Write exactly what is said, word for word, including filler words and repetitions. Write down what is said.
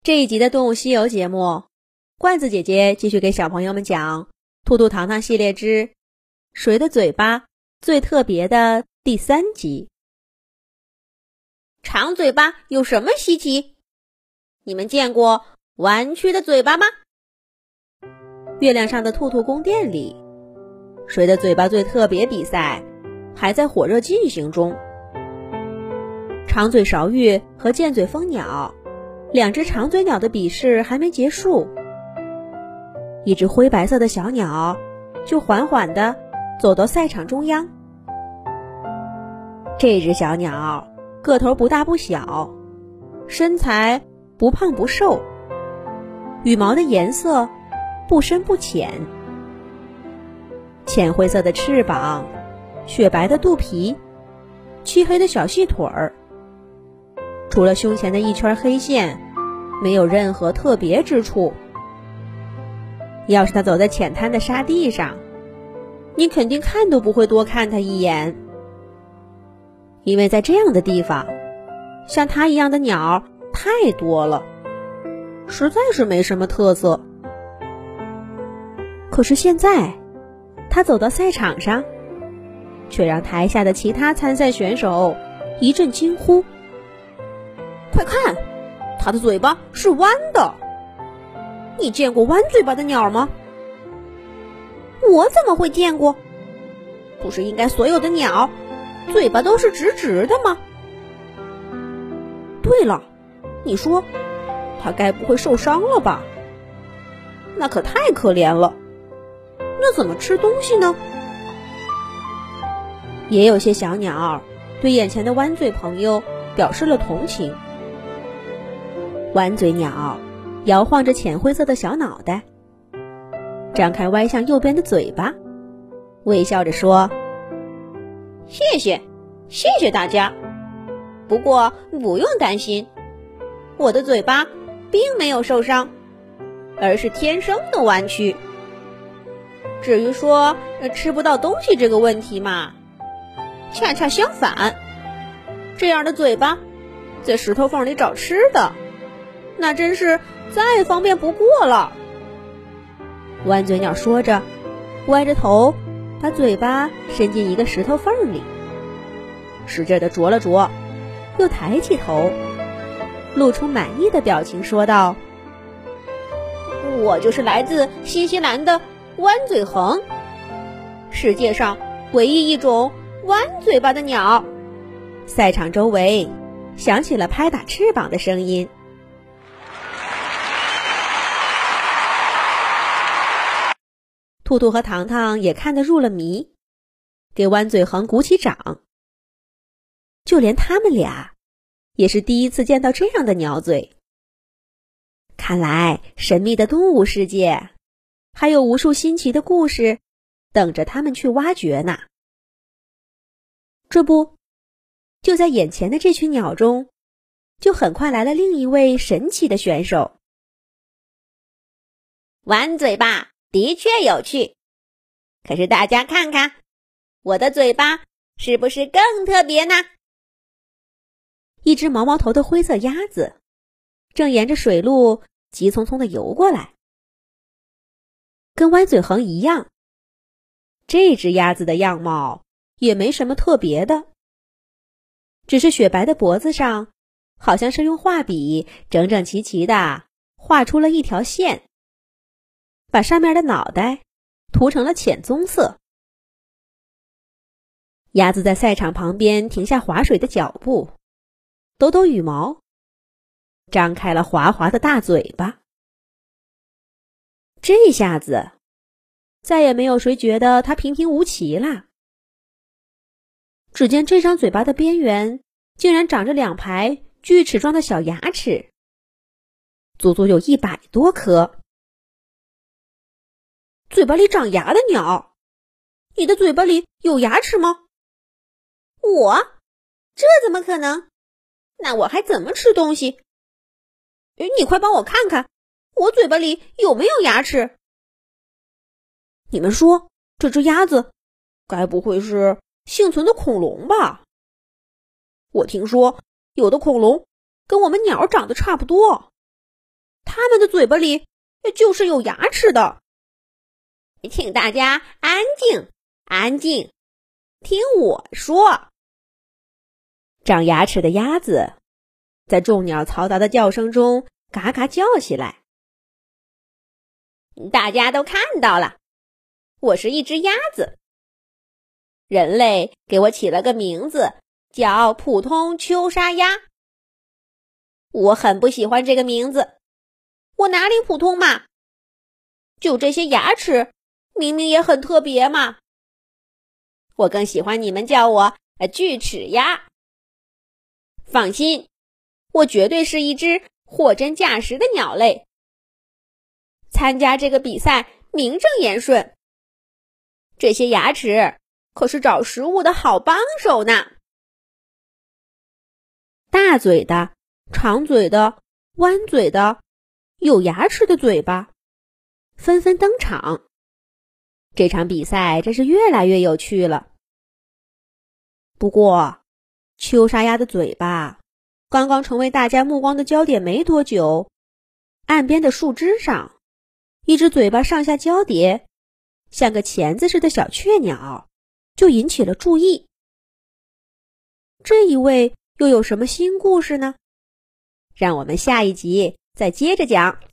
这一集的《动物西游》节目，罐子姐姐继续给小朋友们讲《兔兔糖糖系列之谁的嘴巴最特别》的第三集。 长嘴巴有什么稀奇？你们见过弯曲的嘴巴吗？ 月亮上的兔兔宫殿里，谁的嘴巴最特别比赛还在火热进行中。长嘴韶玉和尖嘴蜂鸟两只长嘴鸟的比试还没结束，一只灰白色的小鸟就缓缓地走到赛场中央。这只小鸟个头不大不小，身材不胖不瘦，羽毛的颜色不深不浅，浅灰色的翅膀，雪白的肚皮，漆黑的小细腿儿，除了胸前的一圈黑线，没有任何特别之处。要是它走在浅滩的沙地上，你肯定看都不会多看它一眼，因为在这样的地方，像它一样的鸟太多了，实在是没什么特色。可是现在，它走到赛场上，却让台下的其他参赛选手一阵惊呼： 快看，它的嘴巴是弯的！你见过弯嘴巴的鸟吗？我怎么会见过？不是应该所有的鸟嘴巴都是直直的吗？对了，你说它该不会受伤了吧？那可太可怜了。那怎么吃东西呢？ 也有些小鸟对眼前的弯嘴朋友表示了同情。弯嘴鸟摇晃着浅灰色的小脑袋，张开歪向右边的嘴巴，微笑着说： 谢谢，谢谢大家。不过不用担心，我的嘴巴并没有受伤，而是天生的弯曲。至于说吃不到东西这个问题嘛，恰恰相反，这样的嘴巴在石头缝里找吃的，那真是再方便不过了。 弯嘴鸟说着，歪着头把嘴巴伸进一个石头缝里，使劲地啄了啄，又抬起头，露出满意的表情说道： 我就是来自新西兰的弯嘴鸻，世界上唯一一种弯嘴巴的鸟。 赛场周围响起了拍打翅膀的声音。兔兔和糖糖也看得入了迷，给弯嘴鸻鼓起掌。就连他们俩也是第一次见到这样的鸟嘴。看来神秘的动物世界还有无数新奇的故事等着他们去挖掘呢。这不，就在眼前的这群鸟中，就很快来了另一位神奇的选手。 弯嘴巴的确有趣，可是大家看看，我的嘴巴是不是更特别呢？ 一只毛毛头的灰色鸭子正沿着水路急匆匆地游过来。跟弯嘴鸻一样，这只鸭子的样貌也没什么特别的，只是雪白的脖子上好像是用画笔整整齐齐地画出了一条线，把上面的脑袋涂成了浅棕色。鸭子在赛场旁边停下划水的脚步，抖抖羽毛，张开了滑滑的大嘴巴。这下子再也没有谁觉得它平平无奇了。只见这张嘴巴的边缘竟然长着两排锯齿状的小牙齿，足足有一百多颗。 嘴巴里长牙的鸟，你的嘴巴里有牙齿吗？我？这怎么可能？那我还怎么吃东西？你快帮我看看，我嘴巴里有没有牙齿？你们说，这只鸭子该不会是幸存的恐龙吧？我听说有的恐龙跟我们鸟长得差不多， 它们的嘴巴里就是有牙齿的。 请大家安静，安静，听我说。 长牙齿的鸭子在众鸟嘈杂的叫声中嘎嘎叫起来。 大家都看到了，我是一只鸭子。人类给我起了个名字，叫普通秋沙鸭。我很不喜欢这个名字，我哪里普通嘛？就这些牙齿，明明也很特别嘛。我更喜欢你们叫我锯齿鸭。放心，我绝对是一只货真价实的鸟类。参加这个比赛名正言顺，这些牙齿可是找食物的好帮手呢。 大嘴的、长嘴的、弯嘴的、有牙齿的嘴巴纷纷登场。这场比赛真是越来越有趣了。不过，秋沙鸭的嘴巴刚刚成为大家目光的焦点没多久，岸边的树枝上，一只嘴巴上下交叠，像个钳子似的小雀鸟就引起了注意。这一位又有什么新故事呢？让我们下一集再接着讲。